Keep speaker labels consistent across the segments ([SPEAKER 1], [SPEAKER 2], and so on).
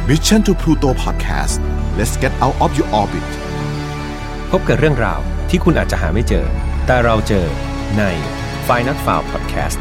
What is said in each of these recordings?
[SPEAKER 1] Mission to Pluto Podcast let's get out of your orbit
[SPEAKER 2] พบกับเรื่องราวที่คุณอาจจะหาไม่เจอแต่เราเจอใน Find Not Found Podcast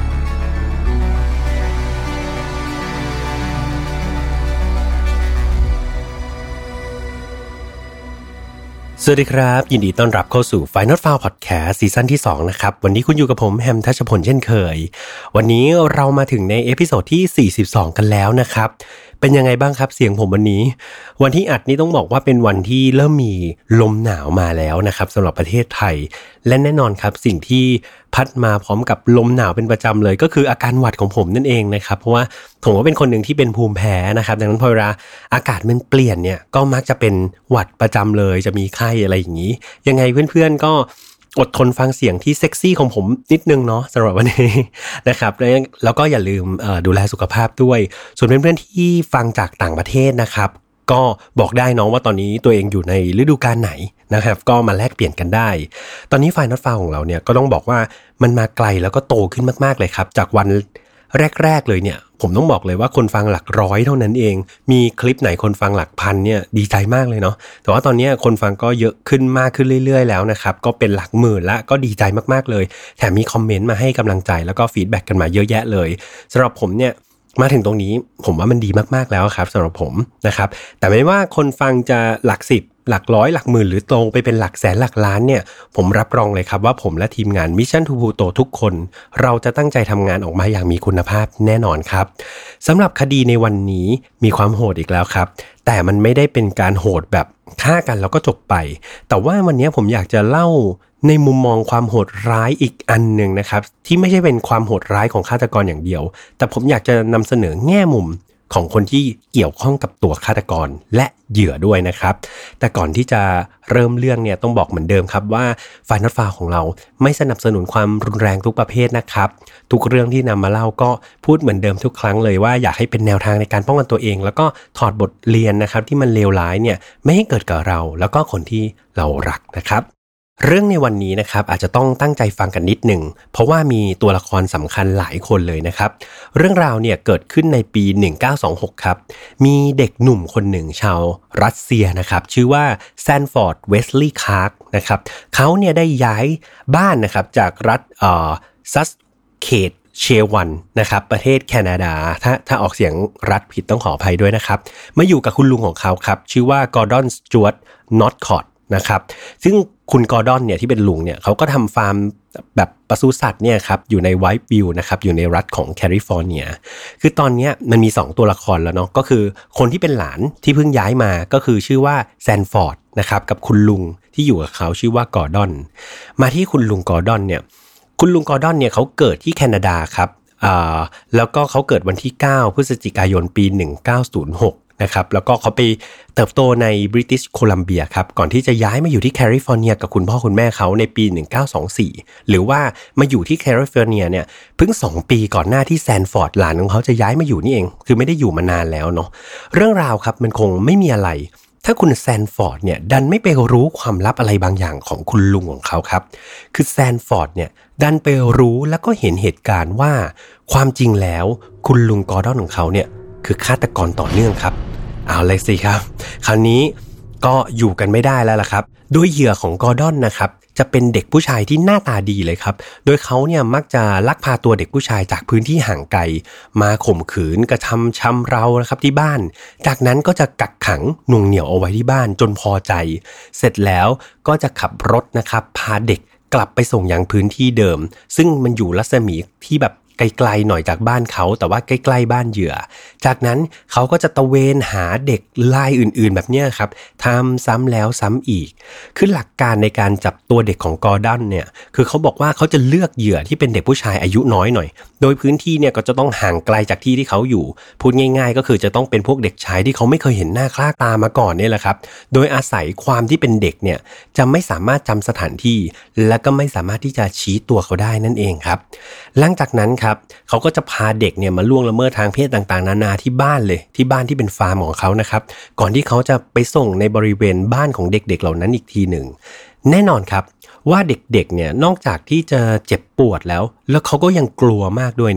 [SPEAKER 2] สวัสดีครับยินดีต้อนรับเข้าสู่ Find Not Found Podcast ซีซั่นที่2นะครับวันนี้คุณอยู่กับผมแฮมทัชพลเช่นเคยวันนี้เรามาถึงในเอพิโซดที่42กันแล้วนะครับเป็นยังไงบ้างครับเสียงผมวันนี้วันที่อัดนี่ต้องบอกว่าเป็นวันที่เริ่มมีลมหนาวมาแล้วนะครับสำหรับประเทศไทยและแน่นอนครับสิ่งที่พัดมาพร้อมกับลมหนาวเป็นประจำเลยก็คืออาการหวัดของผมนั่นเองนะครับเพราะว่าผมก็เป็นคนหนึ่งที่เป็นภูมิแพ้นะครับดังนั้นพอเวลาอากาศมันเปลี่ยนเนี่ยก็มักจะเป็นหวัดประจำเลยจะมีไข้อะไรอย่างนี้ยังไงเพื่อนๆก็อดทนฟังเสียงที่เซ็กซี่ของผมนิดนึงเนาะสำหรับวันนี้นะครับแล้วก็อย่าลืมดูแลสุขภาพด้วยส่วนเพื่อนๆที่ฟังจากต่างประเทศนะครับก็บอกได้น้องว่าตอนนี้ตัวเองอยู่ในฤดูกาลไหนนะครับก็มาแลกเปลี่ยนกันได้ตอนนี้Find Not Foundของเราเนี่ยก็ต้องบอกว่ามันมาไกลแล้วก็โตขึ้นมากๆเลยครับจากวันแรกๆเลยเนี่ยผมต้องบอกเลยว่าคนฟังหลักร้อยเท่านั้นเองมีคลิปไหนคนฟังหลักพันเนี่ยดีใจมากเลยเนาะแต่ว่าตอนนี้คนฟังก็เยอะขึ้นมากขึ้นเรื่อยๆแล้วนะครับก็เป็นหลักหมื่นละก็ดีใจมากๆเลยแถมมีคอมเมนต์มาให้กำลังใจแล้วก็ฟีดแบ็กกันมาเยอะแยะเลยสำหรับผมเนี่ยมาถึงตรงนี้ผมว่ามันดีมากๆแล้วครับสำหรับผมนะครับแต่ไม่ว่าคนฟังจะหลักสิบหลักร้อยหลักหมื่นหรือตรงไปเป็นหลักแสนหลักล้านเนี่ยผมรับรองเลยครับว่าผมและทีมงาน Mission to Pluto ทุกคนเราจะตั้งใจทำงานออกมาอย่างมีคุณภาพแน่นอนครับสำหรับคดีในวันนี้มีความโหดอีกแล้วครับแต่มันไม่ได้เป็นการโหดแบบฆ่ากันแล้วก็จบไปแต่ว่าวันนี้ผมอยากจะเล่าในมุมมองความโหดร้ายอีกอันหนึ่งนะครับที่ไม่ใช่เป็นความโหดร้ายของฆาตกรอย่างเดียวแต่ผมอยากจะนำเสนอแง่มุมของคนที่เกี่ยวข้องกับตัวฆาตกรและเหยื่อด้วยนะครับแต่ก่อนที่จะเริ่มเรื่องเนี่ยต้องบอกเหมือนเดิมครับว่า Find Not Found ของเราไม่สนับสนุนความรุนแรงทุกประเภทนะครับทุกเรื่องที่นำมาเล่าก็พูดเหมือนเดิมทุกครั้งเลยว่าอยากให้เป็นแนวทางในการป้องกันตัวเองแล้วก็ถอดบทเรียนนะครับที่มันเลวร้ายเนี่ยไม่ให้เกิดกับเราแล้วก็คนที่เรารักนะครับเรื่องในวันนี้นะครับอาจจะต้องตั้งใจฟังกันนิดหนึ่งเพราะว่ามีตัวละครสำคัญหลายคนเลยนะครับเรื่องราวเนี่ยเกิดขึ้นในปี1926ครับมีเด็กหนุ่มคนหนึ่งชาวรัสเซียนะครับชื่อว่าแซนฟอร์ดเวสลีย์คาร์กนะครับเขาเนี่ยได้ย้ายบ้านนะครับจากรัฐซัสเคทเชวันนะครับประเทศแคนาดาถ้าออกเสียงรัฐผิดต้องขออภัยด้วยนะครับมาอยู่กับคุณลุงของเขาครับชื่อว่ากอร์ดอนสจ๊วตนอตคอตนะครับซึ่งคุณกอร์ดอนเนี่ยที่เป็นลุงเนี่ยเขาก็ทำฟาร์มแบบปศุสัตว์เนี่ยครับอยู่ในไวท์วิวนะครับอยู่ในรัฐของแคลิฟอร์เนียคือตอนนี้มันมี2ตัวละครแล้วเนาะก็คือคนที่เป็นหลานที่เพิ่งย้ายมาก็คือชื่อว่าแซนฟอร์ดนะครับกับคุณลุงที่อยู่กับเขาชื่อว่ากอร์ดอนมาที่คุณลุงกอร์ดอนเนี่ยคุณลุงกอร์ดอนเนี่ยเขาเกิดที่แคนาดาครับแล้วก็เขาเกิดวันที่9พฤศจิกายนปี1906นะครับแล้วก็เขาไปเติบโตในบริติชโคลัมเบียครับก่อนที่จะย้ายมาอยู่ที่แคลิฟอร์เนียกับคุณพ่อคุณแม่เขาในปี1924หรือว่ามาอยู่ที่แคลิฟอร์เนียเนี่ยเพิ่ง2ปีก่อนหน้าที่แซนฟอร์ดหลานของเขาจะย้ายมาอยู่นี่เองคือไม่ได้อยู่มานานแล้วเนาะเรื่องราวครับมันคงไม่มีอะไรถ้าคุณแซนฟอร์ดเนี่ยดันไม่ไปรู้ความลับอะไรบางอย่างของคุณลุงของเขาครับคือแซนฟอร์ดเนี่ยดันไปรู้แล้วก็เห็นเหตุการณ์ว่าความจริงแล้วคุณลุงกอร์ดอนของเขาเนี่ยคือฆาตกรต่อเนื่องครับเอาเลยสิครับคราวนี้ก็อยู่กันไม่ได้แล้วล่ะครับโดยเหยื่อของกอร์ดอนนะครับจะเป็นเด็กผู้ชายที่หน้าตาดีเลยครับโดยเขาเนี่ยมักจะลักพาตัวเด็กผู้ชายจากพื้นที่ห่างไกลมาข่มขืนกระทำชำเรานะครับที่บ้านจากนั้นก็จะกักขังหน่วงเหนี่ยวเอาไว้ที่บ้านจนพอใจเสร็จแล้วก็จะขับรถนะครับพาเด็กกลับไปส่งยังพื้นที่เดิมซึ่งมันอยู่รัศมีที่แบบไกลๆหน่อยจากบ้านเขาแต่ว่าใกล้ๆบ้านเหยื่อจากนั้นเขาก็จะตะเวนหาเด็กรายอื่นๆแบบนี้ครับทำซ้ำแล้วซ้ำอีกคือหลักการในการจับตัวเด็กของกอร์ดอนเนี่ยคือเขาบอกว่าเขาจะเลือกเหยื่อที่เป็นเด็กผู้ชายอายุน้อยหน่อยโดยพื้นที่เนี่ยก็จะต้องห่างไกลจากที่ที่เขาอยู่พูดง่ายๆก็คือจะต้องเป็นพวกเด็กชายที่เขาไม่เคยเห็นหน้าค่าตามาก่อนนี่แหละครับโดยอาศัยความที่เป็นเด็กเนี่ยจะไม่สามารถจำสถานที่และก็ไม่สามารถที่จะชี้ตัวเขาได้นั่นเองครับหลังจากนั้นครับเขาก็จะพาเด็กเนี่ยมาล่วงละเมิดทางเพศต่างๆนานาที่บ้านเลยที่บ้านที่เป็นฟาร์มของเขานะครับก่อนที่เขาจะไปส่งในบริเวณบ้านของเด็กๆเหล่านั้นอีกทีหนึ่งแน่นอนครับว่าเด็กๆเนี่ยนอกจากที่จะเจ็บปวดแล้วเขาก็ยังกลัวมากด้วยเนี่ย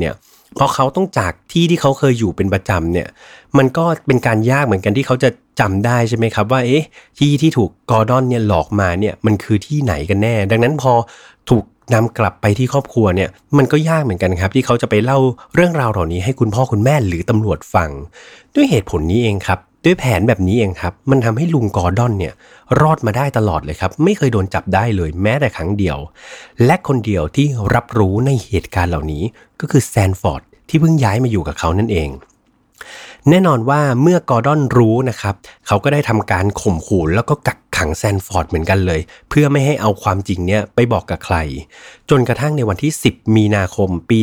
[SPEAKER 2] เพราะเขาต้องจากที่เขาเคยอยู่เป็นประจำเนี่ยมันก็เป็นการยากเหมือนกันที่เขาจะจำได้ใช่ไหมครับว่าที่ถูกกอร์ดอนเนี่ยหลอกมาเนี่ยมันคือที่ไหนกันแน่ดังนั้นพอถูกนำกลับไปที่ครอบครัวเนี่ยมันก็ยากเหมือนกันครับที่เขาจะไปเล่าเรื่องราวเหล่านี้ให้คุณพ่อคุณแม่หรือตำรวจฟังด้วยเหตุผลนี้เองครับด้วยแผนแบบนี้เองครับมันทำให้ลุงกอร์ดอนเนี่ยรอดมาได้ตลอดเลยครับไม่เคยโดนจับได้เลยแม้แต่ครั้งเดียวและคนเดียวที่รับรู้ในเหตุการณ์เหล่านี้ก็คือแซนฟอร์ดที่เพิ่งย้ายมาอยู่กับเขานั่นเองแน่นอนว่าเมื่อกอร์ดอนรู้นะครับเขาก็ได้ทำการข่มขู่แล้วก็กักขังแซนฟอร์ดเหมือนกันเลยเพื่อไม่ให้เอาความจริงเนี่ยไปบอกกับใครจนกระทั่งในวันที่10มีนาคมปี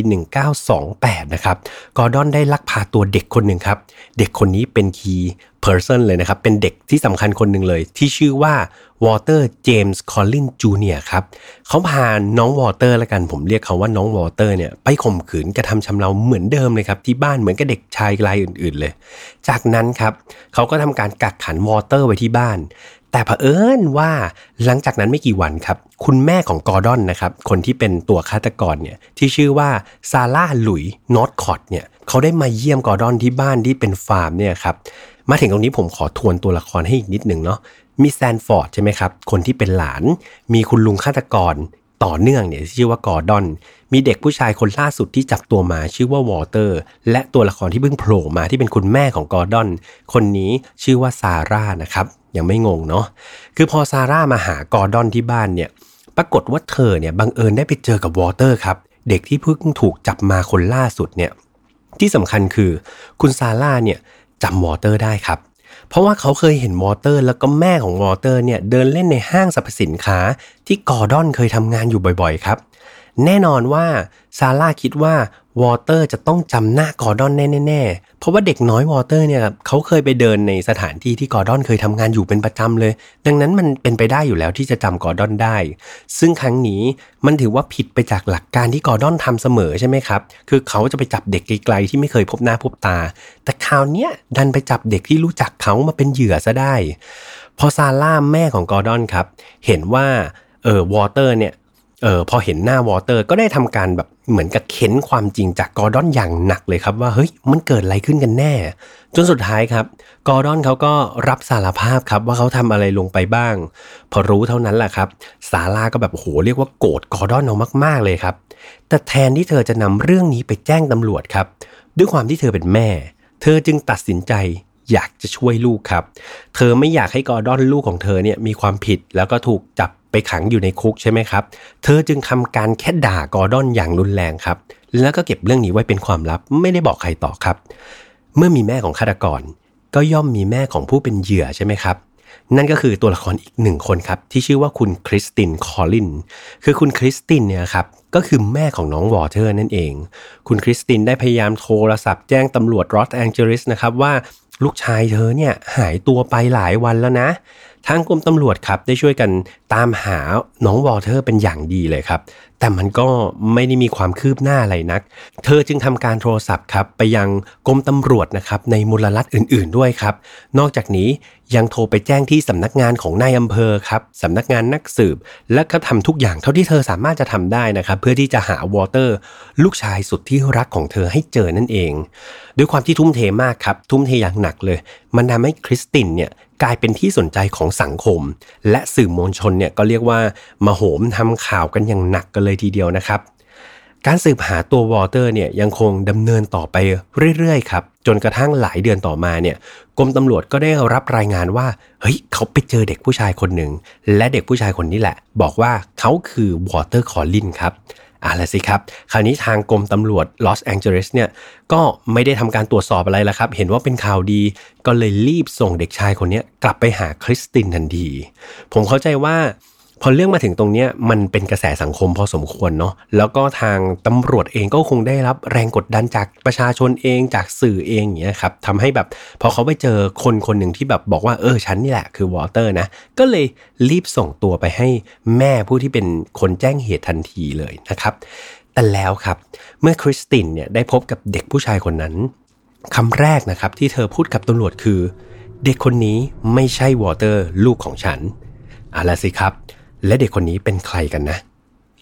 [SPEAKER 2] 1928นะครับกอร์ดอนได้ลักพาตัวเด็กคนหนึ่งครับเด็กคนนี้เป็นคีย์เพอร์ซันเลยนะครับเป็นเด็กที่สำคัญคนหนึ่งเลยที่ชื่อว่าวอเตอร์เจมส์คอลลินจูเนียร์ครับเขาพาน้องวอเตอร์ละกันผมเรียกเขาว่าน้องวอเตอร์เนี่ยไปข่มขืนกระทำชำเราเหมือนเดิมเลยครับที่บ้านเหมือนกับเด็กชายรายอื่นๆเลยจากนั้นครับเขาก็ทำการกักขังวอเตอร์ไว้ที่บ้านแต่เผอิญว่าหลังจากนั้นไม่กี่วันครับคุณแม่ของกอร์ดอนนะครับคนที่เป็นตัวฆาตกรเนี่ยที่ชื่อว่าซาร่าหลุยส์นอร์ธคอตเนี่ยเขาได้มาเยี่ยมกอร์ดอนที่บ้านที่เป็นฟาร์มเนี่ยครับมาถึงตรงนี้ผมขอทวนตัวละครให้อีกนิดนึงเนาะมีแซนฟอร์ดใช่ไหมครับคนที่เป็นหลานมีคุณลุงฆาตกรต่อเนื่องเนี่ยชื่อว่ากอร์ดอนมีเด็กผู้ชายคนล่าสุดที่จับตัวมาชื่อว่าวอเตอร์และตัวละครที่เพิ่งโผล่มาที่เป็นคุณแม่ของกอร์ดอนคนนี้ชื่อว่าซาร่านะครับยังไม่งงเนาะคือพอซาร่ามาหากอร์ดอนที่บ้านเนี่ยปรากฏว่าเธอเนี่ยบังเอิญได้ไปเจอกับวอเตอร์ครับเด็กที่เพิ่งถูกจับมาคนล่าสุดเนี่ยที่สำคัญคือคุณซาร่าเนี่ยจำวอเตอร์ได้ครับเพราะว่าเขาเคยเห็นวอเตอร์แล้วก็แม่ของวอเตอร์เนี่ยเดินเล่นในห้างสรรพสินค้าที่กอร์ดอนเคยทำงานอยู่บ่อยๆครับแน่นอนว่าซาร่าคิดว่าวอเตอร์จะต้องจำหน้ากอร์ดอนแน่ๆเพราะว่าเด็กน้อยวอเตอร์เนี่ยเขาเคยไปเดินในสถานที่ที่กอร์ดอนเคยทำงานอยู่เป็นประจำเลยดังนั้นมันเป็นไปได้อยู่แล้วที่จะจำกอร์ดอนได้ซึ่งครั้งนี้มันถือว่าผิดไปจากหลักการที่กอร์ดอนทำเสมอใช่ไหมครับคือเขาจะไปจับเด็กไกลๆที่ไม่เคยพบหน้าพบตาแต่คราวเนี้ยดันไปจับเด็กที่รู้จักเขามาเป็นเหยื่อซะได้พอซาร่าแม่ของกอร์ดอนครับเห็นว่าวอเตอร์เนี่ยพอเห็นหน้าวอเตอร์ก็ได้ทำการแบบเหมือนกับเค้นความจริงจากกอร์ดอนอย่างหนักเลยครับว่าเฮ้ยมันเกิดอะไรขึ้นกันแน่จนสุดท้ายครับกอร์ดอนเขาก็รับสารภาพครับว่าเขาทำอะไรลงไปบ้างพอรู้เท่านั้นแหละครับซาร่าก็แบบโอ้โหเรียกว่าโกรธกอร์ดอนเอามากๆเลยครับแต่แทนที่เธอจะนำเรื่องนี้ไปแจ้งตำรวจครับด้วยความที่เธอเป็นแม่เธอจึงตัดสินใจอยากจะช่วยลูกครับเธอไม่อยากให้กอร์ดอนลูกของเธอเนี่ยมีความผิดแล้วก็ถูกจับไปขังอยู่ในคุกใช่ไหมครับเธอจึงทำการแค่ด่ากอร์ดอนอย่างรุนแรงครับแล้วก็เก็บเรื่องนี้ไว้เป็นความลับไม่ได้บอกใครต่อครับเมื่อมีแม่ของฆาตกรก็ย่อมมีแม่ของผู้เป็นเหยื่อใช่ไหมครับนั่นก็คือตัวละครอีกหนึ่งคนครับที่ชื่อว่าคุณคริสตินคอลลินคือคุณคริสตินเนี่ยครับก็คือแม่ของน้องวอเตอร์นั่นเองคุณคริสตินได้พยายามโทรศัพท์แจ้งตำรวจลอสแองเจลิสนะครับว่าลูกชายเธอเนี่ยหายตัวไปหลายวันแล้วนะทางกรมตำรวจครับได้ช่วยกันตามหาน้องวอเตอร์เป็นอย่างดีเลยครับแต่มันก็ไม่ได้มีความคืบหน้าอะไรนักเธอจึงทำการโทรศัพท์ครับไปยังกรมตำรวจนะครับในมูลรัฐอื่นๆด้วยครับนอกจากนี้ยังโทรไปแจ้งที่สำนักงานของนายอำเภอครับสำนักงานนักสืบและก็ทำทุกอย่างเท่าที่เธอสามารถจะทำได้นะครับเพื่อที่จะหาวอเตอร์ลูกชายสุดที่รักของเธอให้เจอนั่นเองด้วยความที่ทุ่มเทมากครับทุ่มเทอย่างหนักเลยมันทำให้คริสตินเนี่ยกลายเป็นที่สนใจของสังคมและสื่อมวลชนเนี่ยก็เรียกว่ามาโหมทำข่าวกันอย่างหนักกันเลยทีเดียวนะครับการสืบหาตัววอเตอร์เนี่ยยังคงดำเนินต่อไปเรื่อยๆครับจนกระทั่งหลายเดือนต่อมาเนี่ยกรมตำรวจก็ได้รับรายงานว่าเฮ้ยเขาไปเจอเด็กผู้ชายคนหนึ่งและเด็กผู้ชายคนนี้แหละบอกว่าเขาคือวอเตอร์คอลลินครับล่ะสิครับคราวนี้ทางกรมตำรวจลอสแองเจลิสเนี่ยก็ไม่ได้ทำการตรวจสอบอะไรแล้วครับเห็นว่าเป็นข่าวดีก็เลยรีบส่งเด็กชายคนนี้กลับไปหาคริสตินทันทีผมเข้าใจว่าพอเรื่องมาถึงตรงนี้มันเป็นกระแสสังคมพอสมควรเนาะแล้วก็ทางตำรวจเองก็คงได้รับแรงกดดันจากประชาชนเองจากสื่อเองอย่างเงี้ยครับทำให้แบบพอเขาไปเจอคนหนึ่งที่แบบบอกว่าฉันนี่แหละคือวอเตอร์นะก็เลยรีบส่งตัวไปให้แม่ผู้ที่เป็นคนแจ้งเหตุทันทีเลยนะครับแต่แล้วครับเมื่อคริสตินเนี่ยได้พบกับเด็กผู้ชายคนนั้นคำแรกนะครับที่เธอพูดกับตำรวจคือเด็กคนนี้ไม่ใช่วอเตอร์ลูกของฉันล่ะสิครับและเด็กคนนี้เป็นใครกันนะ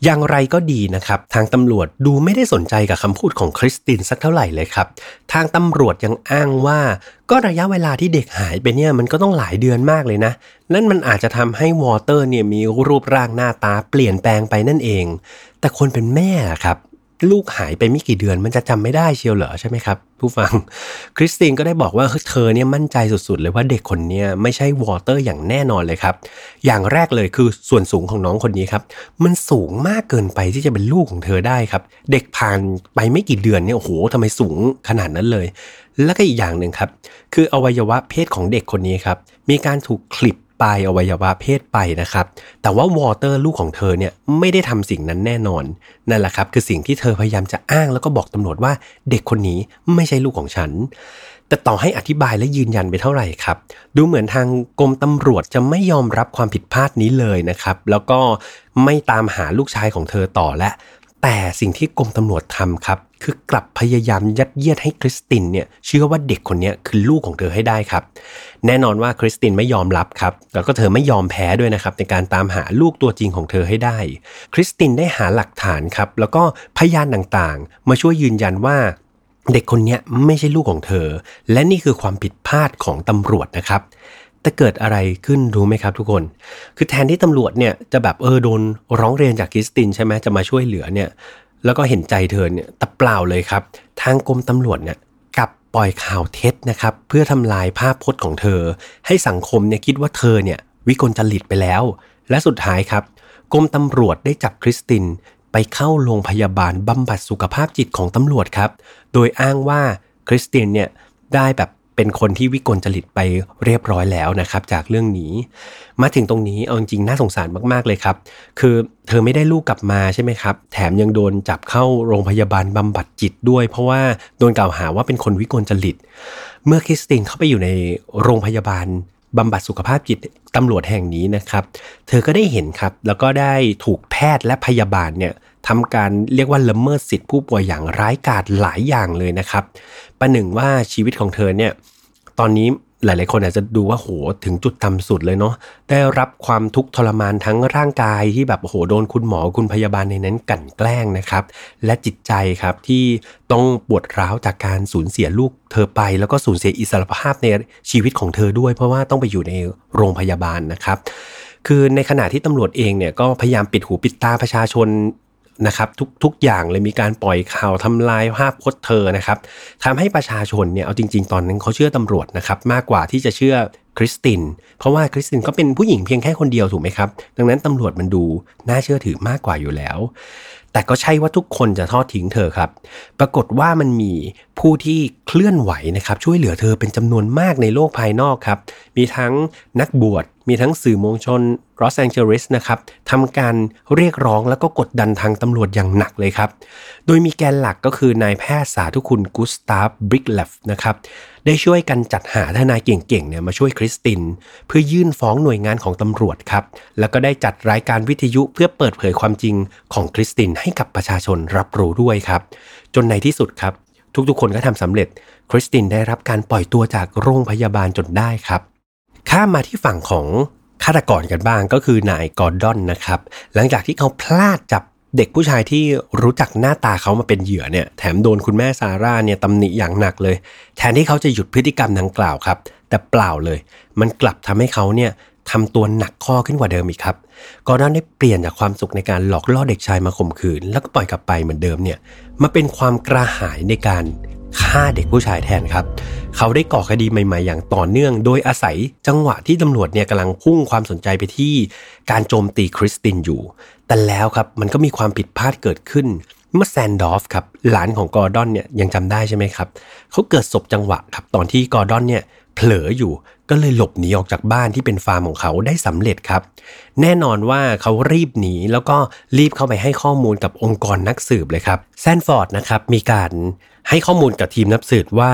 [SPEAKER 2] อย่างไรก็ดีนะครับทางตำรวจดูไม่ได้สนใจกับคำพูดของคริสตินสักเท่าไหร่เลยครับทางตำรวจยังอ้างว่าก็ระยะเวลาที่เด็กหายไปเนี่ยมันก็ต้องหลายเดือนมากเลยนะนั่นมันอาจจะทำให้วอเตอร์เนี่ยมีรูปร่างหน้าตาเปลี่ยนแปลงไปนั่นเองแต่คนเป็นแม่ครับลูกหายไปไม่กี่เดือนมันจะจำไม่ได้เชียวเหรอใช่ไหมครับผู้ฟังคริสตินก็ได้บอกว่าเธอเนี่ยมั่นใจสุดๆเลยว่าเด็กคนนี้ไม่ใช่วอเตอร์อย่างแน่นอนเลยครับอย่างแรกเลยคือส่วนสูงของน้องคนนี้ครับมันสูงมากเกินไปที่จะเป็นลูกของเธอได้ครับเด็กผ่านไปไม่กี่เดือนเนี่ยโอ้โหทำไมสูงขนาดนั้นเลยแล้วก็อีกอย่างหนึ่งครับคืออวัยวะเพศของเด็กคนนี้ครับมีการถูกคลิปปลายอวัยวะเพศไปนะครับแต่ว่าวอเตอร์ลูกของเธอเนี่ยไม่ได้ทำสิ่งนั้นแน่นอนนั่นแหละครับคือสิ่งที่เธอพยายามจะอ้างแล้วก็บอกตำรวจว่าเด็กคนนี้ไม่ใช่ลูกของฉันแต่ต่อให้อธิบายและยืนยันไปเท่าไหร่ครับดูเหมือนทางกรมตำรวจจะไม่ยอมรับความผิดพลาดนี้เลยนะครับแล้วก็ไม่ตามหาลูกชายของเธอต่อและแต่สิ่งที่กรมตำรวจทำครับคือกลับพยายามยัดเยียดให้คริสตินเนี่ยเชื่อว่าเด็กคนนี้คือลูกของเธอให้ได้ครับแน่นอนว่าคริสตินไม่ยอมรับครับแล้วก็เธอไม่ยอมแพ้ด้วยนะครับในการตามหาลูกตัวจริงของเธอให้ได้คริสตินได้หาหลักฐานครับแล้วก็พยานต่างๆมาช่วยยืนยันว่าเด็กคนนี้ไม่ใช่ลูกของเธอและนี่คือความผิดพลาดของตำรวจนะครับแต่เกิดอะไรขึ้นรู้ไหมครับทุกคนคือแทนที่ตำรวจเนี่ยจะแบบโดนร้องเรียนจากคริสตินใช่ไหมจะมาช่วยเหลือเนี่ยแล้วก็เห็นใจเธอเนี่ยแต่เปล่าเลยครับทางกรมตำรวจเนี่ยกลับปล่อยข่าวเท็จนะครับเพื่อทำลายภาพพจน์ของเธอให้สังคมเนี่ยคิดว่าเธอเนี่ยวิกลจริตไปแล้วและสุดท้ายครับกรมตำรวจได้จับคริสตินไปเข้าโรงพยาบาลบำบัดสุขภาพจิตของตำรวจครับโดยอ้างว่าคริสตินเนี่ยได้แบบเป็นคนที่วิกลจริตไปเรียบร้อยแล้วนะครับจากเรื่องนี้มาถึงตรงนี้เอาจริงๆน่าสงสารมากๆเลยครับคือเธอไม่ได้ลูกกลับมาใช่ไหมครับแถมยังโดนจับเข้าโรงพยาบาลบำบัดจิตด้วยเพราะว่าโดนกล่าวหาว่าเป็นคนวิกลจริตเมื่อคริสตินเข้าไปอยู่ในโรงพยาบาลบำบัดสุขภาพจิตตำรวจแห่งนี้นะครับเธอก็ได้เห็นครับแล้วก็ได้ถูกแพทย์และพยาบาลเนี่ยทำการเรียกว่าละเมิดสิทธิผู้ป่วยอย่างร้ายกาจหลายอย่างเลยนะครับประหนึ่งว่าชีวิตของเธอเนี่ยตอนนี้หลายๆคนอาจจะดูว่าโหถึงจุดต่ำสุดเลยเนาะได้รับความทุกข์ทรมานทั้งร่างกายที่แบบโดนคุณหมอคุณพยาบาลในนั้นกลั่นแกล้งนะครับและจิตใจครับที่ต้องปวดร้าวจากการสูญเสียลูกเธอไปแล้วก็สูญเสียอิสรภาพในชีวิตของเธอด้วยเพราะว่าต้องไปอยู่ในโรงพยาบาลนะครับคือในขณะที่ตำรวจเองเนี่ยก็พยายามปิดหูปิดตาประชาชนนะครับทุกอย่างเลยมีการปล่อยข่าวทำลายภาพพจน์เธอนะครับทำให้ประชาชนเนี่ยเอาจริงๆตอนนั้นเขาเชื่อตำรวจนะครับมากกว่าที่จะเชื่อคริสตินเพราะว่าคริสตินก็เป็นผู้หญิงเพียงแค่คนเดียวถูกไหมครับดังนั้นตำรวจมันดูน่าเชื่อถือมากกว่าอยู่แล้วแต่ก็ใช่ว่าทุกคนจะทอดทิ้งเธอครับปรากฏว่ามันมีผู้ที่เคลื่อนไหวนะครับช่วยเหลือเธอเป็นจำนวนมากในโลกภายนอกครับมีทั้งนักบวชมีทั้งสื่อมวลชนลอสแองเจลิสนะครับทำการเรียกร้องแล้วก็กดดันทางตำรวจอย่างหนักเลยครับโดยมีแกนหลักก็คือนายแพทย์สาธุคุณกุสตาฟบริกเลฟนะครับได้ช่วยกันจัดหาทนายเก่งๆเนี่ยมาช่วยคริสตินเพื่อยื่นฟ้องหน่วยงานของตำรวจครับแล้วก็ได้จัดรายการวิทยุเพื่อเปิดเผยความจริงของคริสตินให้กับประชาชนรับรู้ด้วยครับจนในที่สุดครับทุกๆคนก็ทำสำเร็จคริสตินได้รับการปล่อยตัวจากโรงพยาบาลจนได้ครับข้ามมาที่ฝั่งของฆาตกรกันบ้างก็คือนายกอร์ดอนนะครับหลังจากที่เขาพลาดจับเด็กผู้ชายที่รู้จักหน้าตาเขามาเป็นเหยื่อเนี่ยแถมโดนคุณแม่ซาร่าเนี่ยตำหนิอย่างหนักเลยแทนที่เขาจะหยุดพฤติกรรมดังกล่าวครับแต่เปล่าเลยมันกลับทำให้เขาเนี่ยทำตัวหนักข้อขึ้นกว่าเดิมอีกครับกอร์ดอนได้เปลี่ยนจากความสุขในการหลอกล่อเด็กชายมาข่มขืนแล้วก็ปล่อยกลับไปเหมือนเดิมเนี่ยมาเป็นความกระหายในการฆ่าเด็กผู้ชายแทนครับเขาได้ก่อคดีใหม่ๆอย่างต่อเนื่องโดยอาศัยจังหวะที่ตำรวจเนี่ยกำลังพุ่งความสนใจไปที่การโจมตีคริสตินอยู่แต่แล้วครับมันก็มีความผิดพลาดเกิดขึ้นเมื่อแซนดอร์ฟครับหลานของกอร์ดอนเนี่ยยังจำได้ใช่ไหมครับเขาเกิดสบจังหวะครับตอนที่กอร์ดอนเนี่ยเผลออยู่ก็เลยหลบหนีออกจากบ้านที่เป็นฟาร์มของเขาได้สำเร็จครับแน่นอนว่าเขารีบหนีแล้วก็รีบเข้าไปให้ข้อมูลกับองค์กรนักสืบเลยครับแซนฟอร์ดนะครับมีการให้ข้อมูลกับทีมนักสืบว่า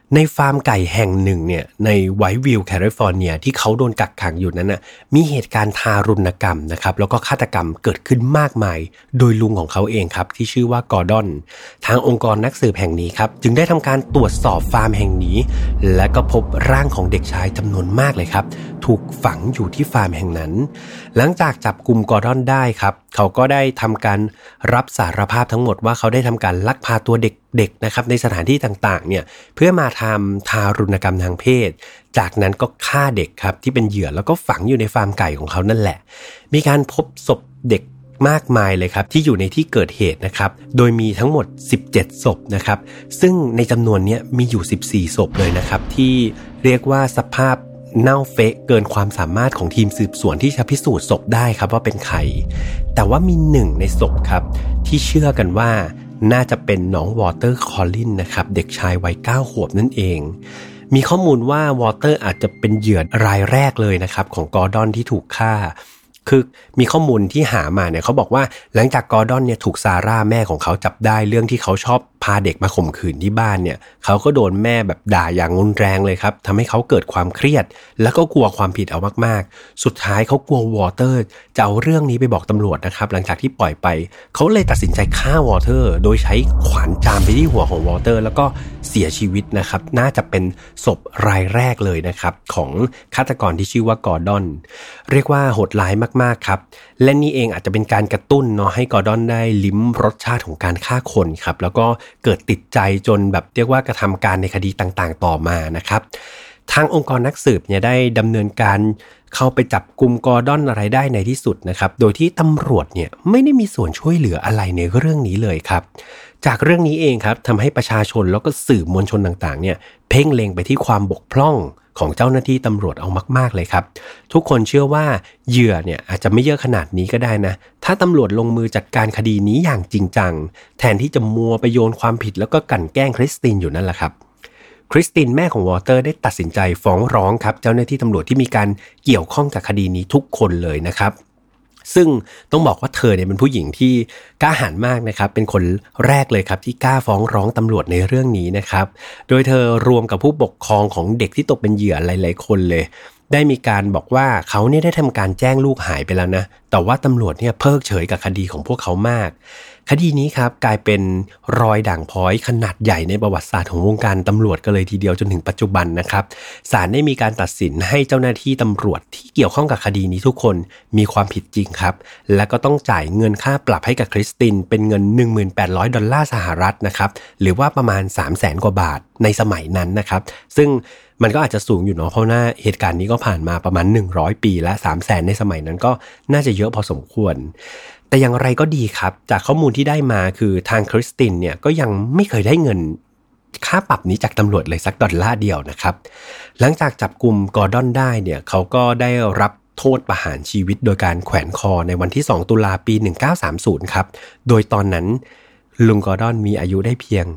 [SPEAKER 2] ในฟาร์มไก่แห่งหนึ่งเนี่ยในไวท์วิลล์แคลิฟอร์เนียที่เขาโดนกักขังอยู่นั้นน่ะมีเหตุการณ์ทารุณกรรมนะครับแล้วก็ฆาตกรรมเกิดขึ้นมากมายโดยลุงของเขาเองครับที่ชื่อว่ากอร์ดอนทางองค์กรนักสืบแห่งนี้ครับจึงได้ทำการตรวจสอบฟาร์มแห่งนี้และก็พบร่างของเด็กชายจำนวนมากเลยครับถูกฝังอยู่ที่ฟาร์มแห่งนั้นหลังจากจับกุมกอร์ดอนได้ครับเขาก็ได้ทำการรับสารภาพทั้งหมดว่าเขาได้ทำการลักพาตัวเด็กนะครับในสถานที่ต่างๆเนี่ยเพื่อมาทำทารุณกรรมทางเพศจากนั้นก็ฆ่าเด็กครับที่เป็นเหยื่อแล้วก็ฝังอยู่ในฟาร์มไก่ของเขานั่นแหละมีการพบศพเด็กมากมายเลยครับที่อยู่ในที่เกิดเหตุนะครับโดยมีทั้งหมด17ศพนะครับซึ่งในจำนวนนี้มีอยู่14ศพเลยนะครับที่เรียกว่าสภาพเน่าเฟะเกินความสามารถของทีมสืบสวนที่จะพิสูจน์ศพได้ครับว่าเป็นใครแต่ว่ามีหนึ่งในศพครับที่เชื่อกันว่าน่าจะเป็นน้องวอเตอร์คอลลินนะครับเด็กชายวัย9 ขวบนั่นเองมีข้อมูลว่าวอเตอร์อาจจะเป็นเหยื่อรายแรกเลยนะครับของกอร์ดอนที่ถูกฆ่าคือมีข้อมูลที่หามาเนี่ยเขาบอกว่าหลังจากกอร์ดอนเนี่ยถูกซาร่าแม่ของเขาจับได้เรื่องที่เขาชอบพาเด็กมาข่มขืนที่บ้านเนี่ยเขาก็โดนแม่แบบด่าอย่างรุนแรงเลยครับทำให้เขาเกิดความเครียดแล้วก็กลัวความผิดเอามากๆสุดท้ายเขากลัววอเตอร์จะเอาเรื่องนี้ไปบอกตำรวจนะครับหลังจากที่ปล่อยไปเขาเลยตัดสินใจฆ่าวอเตอร์โดยใช้ขวานจามไปที่หัวของวอเตอร์แล้วก็เสียชีวิตนะครับน่าจะเป็นศพรายแรกเลยนะครับของฆาตกรที่ชื่อว่ากอร์ดอนเรียกว่าโหดร้ายมากๆครับและนี่เองอาจจะเป็นการกระตุ้นเนาะให้กอร์ดอนได้ลิ้มรสชาติของการฆ่าคนครับแล้วก็เกิดติดใจจนแบบเรียกว่ากระทำการในคดีต่างๆต่อมานะครับทางองค์กรนักสืบเนี่ยได้ดำเนินการเข้าไปจับกุมกอร์ดอนอะไรได้ในที่สุดนะครับโดยที่ตำรวจเนี่ยไม่ได้มีส่วนช่วยเหลืออะไรในเรื่องนี้เลยครับจากเรื่องนี้เองครับทำให้ประชาชนแล้วก็สื่อมวลชนต่างๆเนี่ยเพ่งเล็งไปที่ความบกพร่องของเจ้าหน้าที่ตำรวจเอามากๆเลยครับทุกคนเชื่อว่าเหยื่อเนี่ยอาจจะไม่เยอะขนาดนี้ก็ได้นะถ้าตำรวจลงมือจัดการคดีนี้อย่างจริงจังแทนที่จะมัวไปโยนความผิดแล้วก็กลั่นแกล้งคริสตินอยู่นั่นแหละครับคริสตินแม่ของวอเตอร์ได้ตัดสินใจฟ้องร้องครับเจ้าหน้าที่ตำรวจที่มีการเกี่ยวข้องกับคดีนี้ทุกคนเลยนะครับซึ่งต้องบอกว่าเธอเนี่ยเป็นผู้หญิงที่กล้าหาญมากนะครับเป็นคนแรกเลยครับที่กล้าฟ้องร้องตำรวจในเรื่องนี้นะครับโดยเธอรวมกับผู้ปกครองของเด็กที่ตกเป็นเหยื่อหลายๆคนเลยได้มีการบอกว่าเขาเนี่ยได้ทำการแจ้งลูกหายไปแล้วนะแต่ว่าตำรวจเนี่ยเพิกเฉยกับคดีของพวกเขามากคดีนี้ครับกลายเป็นรอยด่างพร้อยขนาดใหญ่ในประวัติศาสตร์ของวงการตำรวจกันเลยทีเดียวจนถึงปัจจุบันนะครับศาลได้มีการตัดสินให้เจ้าหน้าที่ตำรวจที่เกี่ยวข้องกับคดีนี้ทุกคนมีความผิดจริงครับและก็ต้องจ่ายเงินค่าปรับให้กับคริสตินเป็นเงิน $1,800 ดอลลาร์สหรัฐนะครับหรือว่าประมาณ 300,000 กว่าบาทในสมัยนั้นนะครับซึ่งมันก็อาจจะสูงอยู่เนาะเพราะว่าเหตุการณ์นี้ก็ผ่านมาประมาณ100 ปีและ 300,000 ในสมัยนั้นก็น่าจะเยอะพอสมควรแต่อย่างไรก็ดีครับจากข้อมูลที่ได้มาคือทางคริสตินเนี่ยก็ยังไม่เคยได้เงินค่าปรับนี้จากตำรวจเลยสักดอลลาร์เดียวนะครับหลังจากจับกุมกอร์ดอนได้เนี่ยเขาก็ได้รับโทษประหารชีวิตโดยการแขวนคอในวันที่2 ตุลาปี 1930ครับโดยตอนนั้นลุงกอร์ดอนมีอายุได้เพียง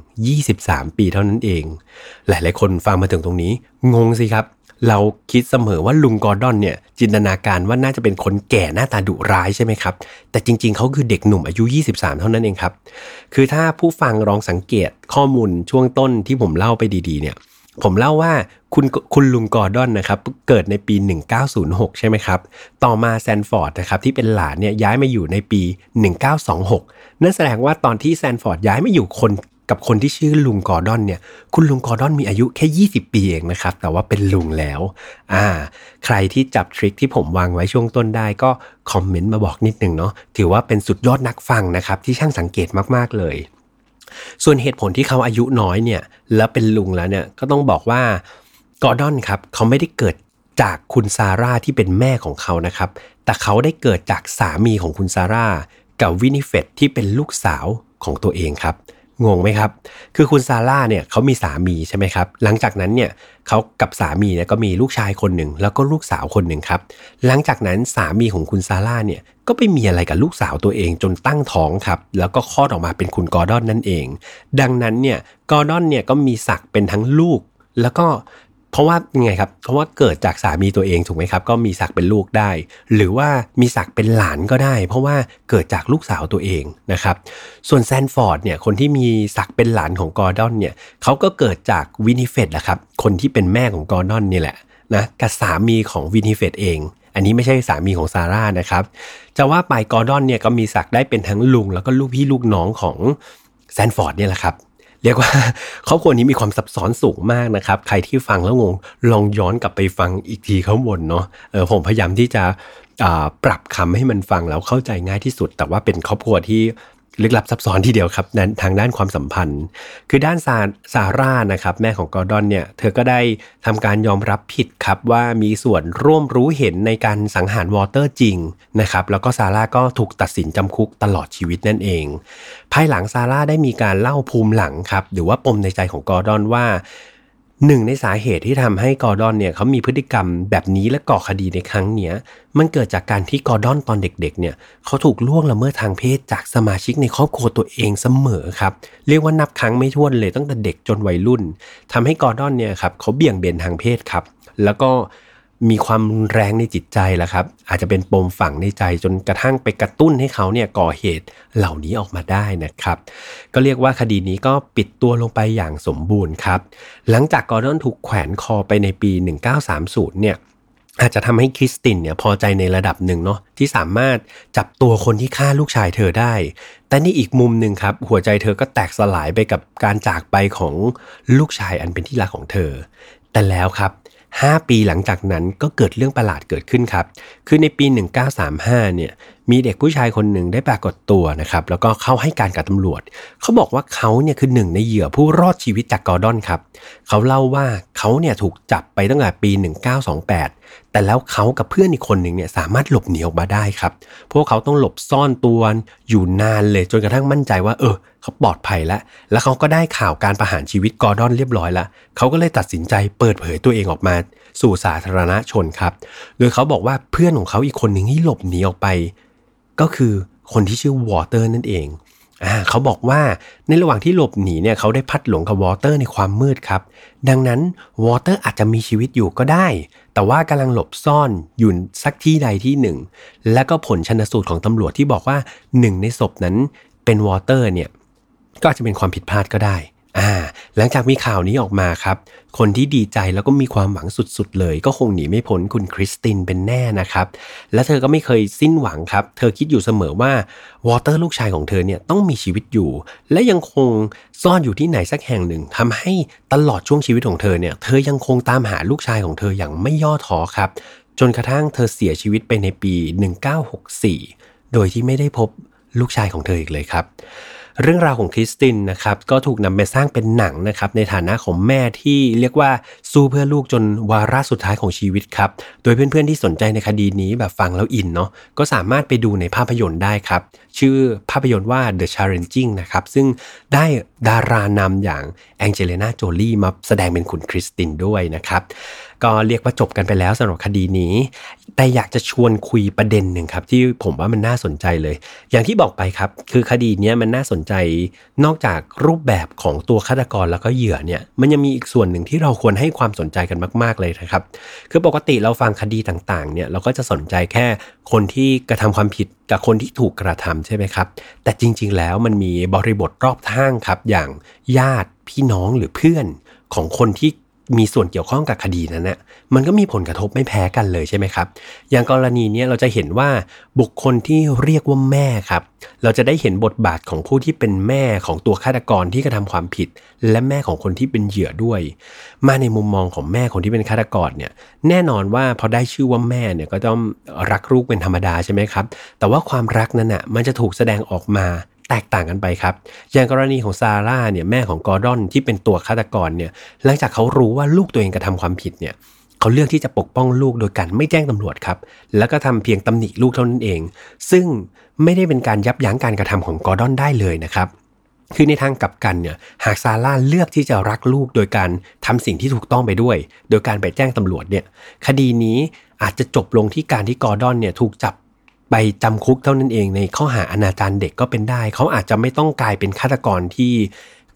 [SPEAKER 2] 23 ปีเท่านั้นเองหลายๆคนฟังมาถึงตรงนี้งงสิครับเราคิดเสมอว่าลุงกอร์ดอนเนี่ยจินตนาการว่าน่าจะเป็นคนแก่หน้าตาดุร้ายใช่ไหมครับแต่จริงๆเขาคือเด็กหนุ่มอายุ23เท่านั้นเองครับคือถ้าผู้ฟังลองสังเกตข้อมูลช่วงต้นที่ผมเล่าไปดีๆเนี่ยผมเล่าว่าคุณลุงกอร์ดอนนะครับเกิดในปี1906ใช่ไหมครับต่อมาแซนฟอร์ดนะครับที่เป็นหลานเนี่ยย้ายมาอยู่ในปี1926นั่นแสดงว่าตอนที่แซนฟอร์ดย้ายมาอยู่กับคนที่ชื่อลุงกอร์ดอนเนี่ยคุณลุงกอร์ดอนมีอายุแค่20 ปีเองนะครับแต่ว่าเป็นลุงแล้วใครที่จับทริคที่ผมวางไว้ช่วงต้นได้ก็คอมเมนต์มาบอกนิดนึงเนาะถือว่าเป็นสุดยอดนักฟังนะครับที่ช่างสังเกตมากๆเลยส่วนเหตุผลที่เขาอายุน้อยเนี่ยแล้วเป็นลุงแล้วเนี่ยก็ต้องบอกว่ากอร์ดอนครับเขาไม่ได้เกิดจากคุณซาร่าที่เป็นแม่ของเขานะครับแต่เขาได้เกิดจากสามีของคุณซาร่ากับวินิเฟตที่เป็นลูกสาวของตัวเองครับงงไหมครับคือคุณซาร่าเนี่ยเขามีสามีใช่ไหมครับหลังจากนั้นเนี่ยเขากับสามีเนี่ยก็มีลูกชายคนหนึ่งแล้วก็ลูกสาวคนหนึ่งครับหลังจากนั้นสามีของคุณซาร่าเนี่ยก็ไปมีอะไรกับลูกสาวตัวเองจนตั้งท้องครับแล้วก็คลอดออกมาเป็นคุณกอร์ดอนนั่นเองดังนั้นเนี่ยกอร์ดอนเนี่ยก็มีศักดิ์เป็นทั้งลูกแล้วก็เพราะว่ายังไงครับเพราะว่าเกิดจากสามีตัวเองถูกไหมครับก็มีศักดิ์เป็นลูกได้หรือว่ามีศักดิ์เป็นหลานก็ได้เพราะว่าเกิดจากลูกสาวตัวเองนะครับส่วนแซนฟอร์ดเนี่ยคนที่มีศักดิ์เป็นหลานของกอร์ดอนเนี่ยเขาก็เกิดจากวินิเฟตแหละครับคนที่เป็นแม่ของกอร์ดอนนี่แหละนะกับสามีของวินิเฟตเองอันนี้ไม่ใช่สามีของซาร่านะครับจะว่าไปกอร์ดอนเนี่ยก็มีศักดิ์ได้เป็นทั้งลุงแล้วก็ลูกพี่ลูกน้องของแซนฟอร์ดเนี่ยแหละครับเรียกว่าครอบครัวนี้มีความซับซ้อนสูงมากนะครับใครที่ฟังแล้วงงลองย้อนกลับไปฟังอีกทีข้างบนเนาะผมพยายามที่จะปรับคำให้มันฟังแล้วเข้าใจง่ายที่สุดแต่ว่าเป็นครอบครัวที่ลึกลับซับซ้อนทีเดียวครับทางด้านความสัมพันธ์คือด้านซาร่านะครับแม่ของกอร์ดอนเนี่ยเธอก็ได้ทำการยอมรับผิดครับว่ามีส่วนร่วมรู้เห็นในการสังหารวอเตอร์จริงนะครับแล้วก็ซาร่าก็ถูกตัดสินจำคุกตลอดชีวิตนั่นเองภายหลังซาร่าได้มีการเล่าภูมิหลังครับหรือว่าปมในใจของกอร์ดอนว่าหนึ่งในสาเหตุที่ทำให้กอร์ดอนเนี่ยเขามีพฤติกรรมแบบนี้และก่อคดีในครั้งเนี้ยมันเกิดจากการที่กอร์ดอนตอนเด็กๆเนี่ยเขาถูกล่วงละเมิดทางเพศจากสมาชิกในครอบครัวตัวเองเสมอครับเรียกว่านับครั้งไม่ถ้วนเลยตั้งแต่เด็กจนวัยรุ่นทำให้กอร์ดอนเนี่ยครับเขาเบี่ยงเบนทางเพศครับแล้วก็มีความรุนแรงในจิตใจแหละครับอาจจะเป็นปมฝังในใจจนกระทั่งไปกระตุ้นให้เขาเนี่ยก่อเหตุเหล่านี้ออกมาได้นะครับก็เรียกว่าคดีนี้ก็ปิดตัวลงไปอย่างสมบูรณ์ครับหลังจากกอร์ดอนถูกแขวนคอไปในปี1930เนี่ยอาจจะทำให้คริสตินเนี่ยพอใจในระดับหนึ่งเนาะที่สามารถจับตัวคนที่ฆ่าลูกชายเธอได้แต่นี่อีกมุมหนึ่งครับหัวใจเธอก็แตกสลายไปกับการจากไปของลูกชายอันเป็นที่รักของเธอแต่แล้วครับ5 ปีหลังจากนั้นก็เกิดเรื่องประหลาดเกิดขึ้นครับคือในปี1935เนี่ยมีเด็กผู้ชายคนหนึ่งได้ปรากฏตัวนะครับแล้วก็เข้าให้การกับตำรวจเขาบอกว่าเขาเนี่ยคือหนึ่งในเหยื่อผู้รอดชีวิตจากกอร์ดอนครับเขาเล่าว่าเขาเนี่ยถูกจับไปตั้งแต่ปี1928แต่แล้วเขากับเพื่อนอีกคนหนึ่งเนี่ยสามารถหลบหนีออกมาได้ครับพวกเขาต้องหลบซ่อนตัวอยู่นานเลยจนกระทั่งมั่นใจว่าเขาปลอดภัยแล้วเขาก็ได้ข่าวการประหารชีวิตกอร์ดอนเรียบร้อยแล้วเขาก็เลยตัดสินใจเปิดเผยตัวเองออกมาสู่สาธารณชนครับโดยเขาบอกว่าเพื่อนของเขาอีกคนหนึ่งที่หลบหนีออกไปก็คือคนที่ชื่อวอเตอร์นั่นเองเขาบอกว่าในระหว่างที่หลบหนีเนี่ยเขาได้พัดหลงกับวอเตอร์ในความมืดครับดังนั้นวอเตอร์อาจจะมีชีวิตอยู่ก็ได้แต่ว่ากำลังหลบซ่อนอยู่สักที่ใดที่หนึ่งและก็ผลชันสูตรของตำรวจที่บอกว่าหนึ่งในศพนั้นเป็นวอเตอร์เนี่ยก็อาจจะเป็นความผิดพลาดก็ได้หลังจากมีข่าวนี้ออกมาครับคนที่ดีใจแล้วก็มีความหวังสุดๆเลยก็คงหนีไม่พ้นคุณคริสตินเป็นแน่นะครับและเธอก็ไม่เคยสิ้นหวังครับเธอคิดอยู่เสมอว่าวอเตอร์ลูกชายของเธอเนี่ยต้องมีชีวิตอยู่และยังคงซ่อนอยู่ที่ไหนสักแห่งหนึ่งทำให้ตลอดช่วงชีวิตของเธอเนี่ยเธอยังคงตามหาลูกชายของเธออย่างไม่ย่อท้อครับจนกระทั่งเธอเสียชีวิตไปในปี1964โดยที่ไม่ได้พบลูกชายของเธออีกเลยครับเรื่องราวของคริสตินนะครับก็ถูกนำไปสร้างเป็นหนังนะครับในฐานะของแม่ที่เรียกว่าสู้เพื่อลูกจนวาระสุดท้ายของชีวิตครับโดยเพื่อนๆที่สนใจในคดีนี้แบบฟังแล้วอินเนาะก็สามารถไปดูในภาพยนตร์ได้ครับชื่อภาพยนตร์ว่า The Challenging นะครับซึ่งได้ดารานำอย่างแองเจลิน่าโจลี่มาแสดงเป็นคุณคริสตินด้วยนะครับก็เรียกว่าจบกันไปแล้วสำหรับคดีนี้แต่อยากจะชวนคุยประเด็นหนึ่งครับที่ผมว่ามันน่าสนใจเลยอย่างที่บอกไปครับคือคดีนี้มันน่าสนใจนอกจากรูปแบบของตัวฆาตกรแล้วก็เหยื่อเนี่ยมันยังมีอีกส่วนหนึ่งที่เราควรให้ความสนใจกันมากๆเลยนะครับคือปกติเราฟังคดีต่างๆเนี่ยเราก็จะสนใจแค่คนที่กระทำความผิดกับคนที่ถูกกระทำใช่ไหมครับแต่จริงๆแล้วมันมีบริบทรอบข้างครับอย่างญาติพี่น้องหรือเพื่อนของคนที่มีส่วนเกี่ยวข้องกับคดีนั้นนะมันก็มีผลกระทบไม่แพ้กันเลยใช่ไหมครับอย่างกรณีนี้เราจะเห็นว่าบุคคลที่เรียกว่าแม่ครับเราจะได้เห็นบทบาทของผู้ที่เป็นแม่ของตัวฆาตกรที่กระทำความผิดและแม่ของคนที่เป็นเหยื่อด้วยมาในมุมมองของแม่คนที่เป็นฆาตกรเนี่ยแน่นอนว่าพอได้ชื่อว่าแม่เนี่ยก็ต้องรักลูกเป็นธรรมดาใช่ไหมครับแต่ว่าความรักนั้นน่ะมันจะถูกแสดงออกมาแตกต่างกันไปครับอย่างกรณีของซาร่าเนี่ยแม่ของกอร์ดอนที่เป็นตัวฆาตกรเนี่ยหลังจากเขารู้ว่าลูกตัวเองกระทำความผิดเนี่ยเขาเลือกที่จะปกป้องลูกโดยการไม่แจ้งตำรวจครับแล้วก็ทำเพียงตำหนิลูกเท่านั้นเองซึ่งไม่ได้เป็นการยับยั้งการกระทำของกอร์ดอนได้เลยนะครับคือในทางกลับกันเนี่ยหากซาร่าเลือกที่จะรักลูกโดยการทำสิ่งที่ถูกต้องไปด้วยโดยการไปแจ้งตำรวจเนี่ยคดีนี้อาจจะจบลงที่การที่กอร์ดอนเนี่ยถูกจับไปจำคุกเท่านั้นเองในข้อหาอนาจารเด็กก็เป็นได้เขาอาจจะไม่ต้องกลายเป็นฆาตกรที่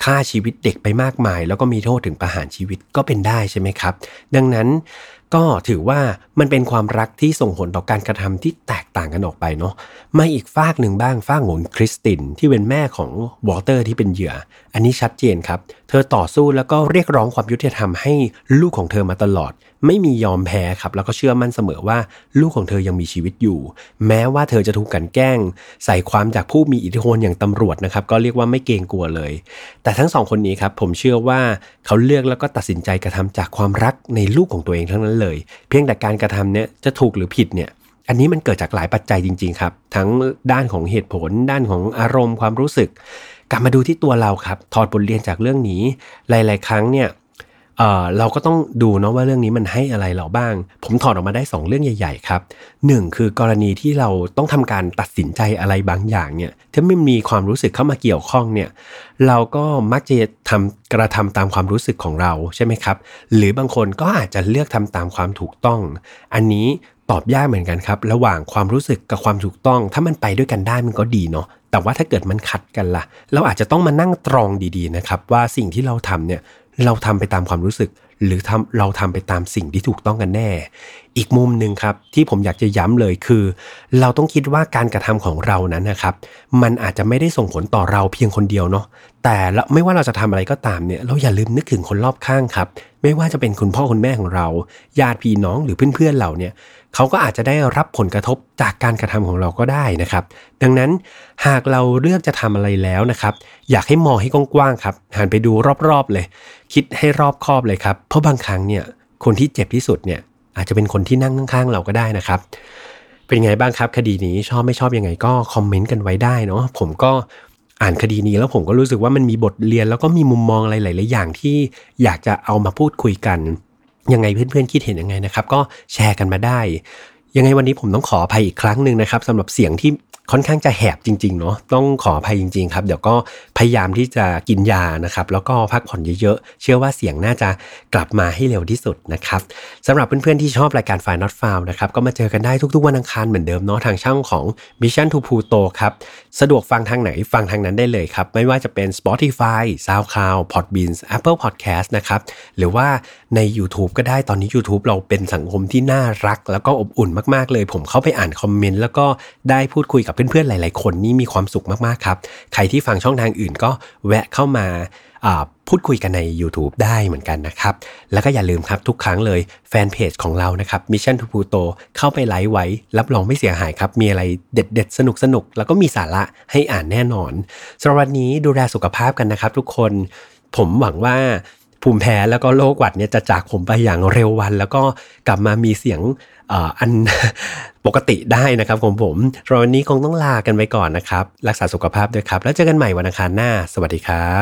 [SPEAKER 2] ฆ่าชีวิตเด็กไปมากมายแล้วก็มีโทษถึงประหารชีวิตก็เป็นได้ใช่ไหมครับดังนั้นก็ถือว่ามันเป็นความรักที่ส่งผลต่อการกระทำที่แตกต่างกันออกไปเนาะมาอีกฝากหนึ่งบ้างฝากของคริสตินที่เป็นแม่ของวอลเตอร์ที่เป็นเหยื่ออันนี้ชัดเจนครับเธอต่อสู้แล้วก็เรียกร้องความยุติธรรมให้ลูกของเธอมาตลอดไม่มียอมแพ้ครับแล้วก็เชื่อมั่นเสมอว่าลูกของเธอยังมีชีวิตอยู่แม้ว่าเธอจะถูกกลั่นแกล้งใส่ความจากผู้มีอิทธิพลอย่างตำรวจนะครับก็เรียกว่าไม่เกรงกลัวเลยแต่ทั้งสองคนนี้ครับผมเชื่อว่าเขาเลือกแล้วก็ตัดสินใจกระทำจากความรักในลูกของตัวเองทั้งนั้นเลยเพียงแต่การกระทำเนี่ยจะถูกหรือผิดเนี่ยอันนี้มันเกิดจากหลายปัจจัยจริงๆครับทั้งด้านของเหตุผลด้านของอารมณ์ความรู้สึกกลับมาดูที่ตัวเราครับถอดบทเรียนจากเรื่องนี้หลายๆครั้งเนี่ยเราก็ต้องดูเนาะว่าเรื่องนี้มันให้อะไรเราบ้างผมถอดออกมาได้2เรื่องใหญ่ๆครับ1คือกรณีที่เราต้องทำการตัดสินใจอะไรบางอย่างเนี่ยถ้าไม่มีความรู้สึกเข้ามาเกี่ยวข้องเนี่ยเราก็มักจะกระทำตามความรู้สึกของเราใช่ไหมครับหรือบางคนก็อาจจะเลือกทำตามความถูกต้องอันนี้ตอบยากเหมือนกันครับระหว่างความรู้สึกกับความถูกต้องถ้ามันไปด้วยกันได้มันก็ดีเนาะแต่ว่าถ้าเกิดมันขัดกันล่ะเราอาจจะต้องมานั่งตรองดีๆนะครับว่าสิ่งที่เราทำเนี่ยเราทำไปตามความรู้สึกหรือเราทำไปตามสิ่งที่ถูกต้องกันแน่อีกมุมนึงครับที่ผมอยากจะย้ำเลยคือเราต้องคิดว่าการกระทำของเรานั้นนะครับมันอาจจะไม่ได้ส่งผลต่อเราเพียงคนเดียวเนาะแต่ไม่ว่าเราจะทำอะไรก็ตามเนี่ยเราอย่าลืมนึกถึงคนรอบข้างครับไม่ว่าจะเป็นคุณพ่อคุณแม่ของเราญาติพี่น้องหรือเพื่อนๆเราเนี่ยเขาก็อาจจะได้รับผลกระทบจากการกระทำของเราก็ได้นะครับดังนั้นหากเราเลือกจะทำอะไรแล้วนะครับอยากให้มองให้กว้างๆครับหันไปดูรอบๆเลยคิดให้รอบคอบเลยครับเพราะบางครั้งเนี่ยคนที่เจ็บที่สุดเนี่ยอาจจะเป็นคนที่นั่งข้างๆเราก็ได้นะครับเป็นไงบ้างครับคดีนี้ชอบไม่ชอบยังไงก็คอมเมนต์กันไว้ได้เนาะผมก็อ่านคดีนี้แล้วผมก็รู้สึกว่ามันมีบทเรียนแล้วก็มีมุมมองอะไรหลายๆอย่างที่อยากจะเอามาพูดคุยกันยังไงเพื่อนๆคิดเห็นยังไงนะครับก็แชร์กันมาได้ยังไงวันนี้ผมต้องขออภัยอีกครั้งนึงนะครับสำหรับเสียงที่ค่อนข้างจะแหบจริงๆเนาะต้องขออภัยจริงๆครับเดี๋ยวก็พยายามที่จะกินยานะครับแล้วก็พักผ่อนเยอะๆเชื่อว่าเสียงน่าจะกลับมาให้เร็วที่สุดนะครับสำหรับเพื่อนๆที่ชอบรายการ File Not Found นะครับก็มาเจอกันได้ทุกๆวันอังคารเหมือนเดิมเนาะทางช่องของ Mission to Pluto ครับสะดวกฟังทางไหนฟังทางนั้นได้เลยครับไม่ว่าจะเป็น Spotify SoundCloud Podbean Apple Podcast นะครับหรือว่าใน YouTube ก็ได้ตอนนี้ YouTube เราเป็นสังคมที่น่ารักแล้วก็อบอุ่นมากๆเลยผมเข้าไปอ่านคอมเมนต์แล้วก็ได้พูดคุยกับเพื่อนๆหลายๆคนนี่มีความสุขมากๆครับใครที่ฟังช่องทางอื่นก็แวะเข้ามาพูดคุยกันใน YouTube ได้เหมือนกันนะครับแล้วก็อย่าลืมครับทุกครั้งเลยแฟนเพจของเรานะครับ Mission to Pluto เข้าไปไลค์ไว้รับรองไม่เสียหายครับมีอะไรเด็ดๆสนุกๆแล้วก็มีสาระให้อ่านแน่นอนสำหรับวันนี้ดูแลสุขภาพกันนะครับทุกคนผมหวังว่าภูมิแพ้แล้วก็โรคหวัดเนี่ยจะจากผมไปอย่างเร็ววันแล้วก็กลับมามีเสียงอันปกติได้นะครับของผมวันนี้คงต้องลากันไปก่อนนะครับรักษาสุขภาพด้วยครับแล้วเจอกันใหม่วันอังคารหน้าสวัสดีครับ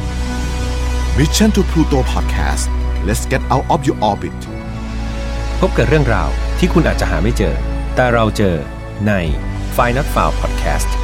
[SPEAKER 1] Mission to Pluto Podcast Let's get out of your orbit
[SPEAKER 2] พบกับเรื่องราวที่คุณอาจจะหาไม่เจอแต่เราเจอใน File Not Found Podcast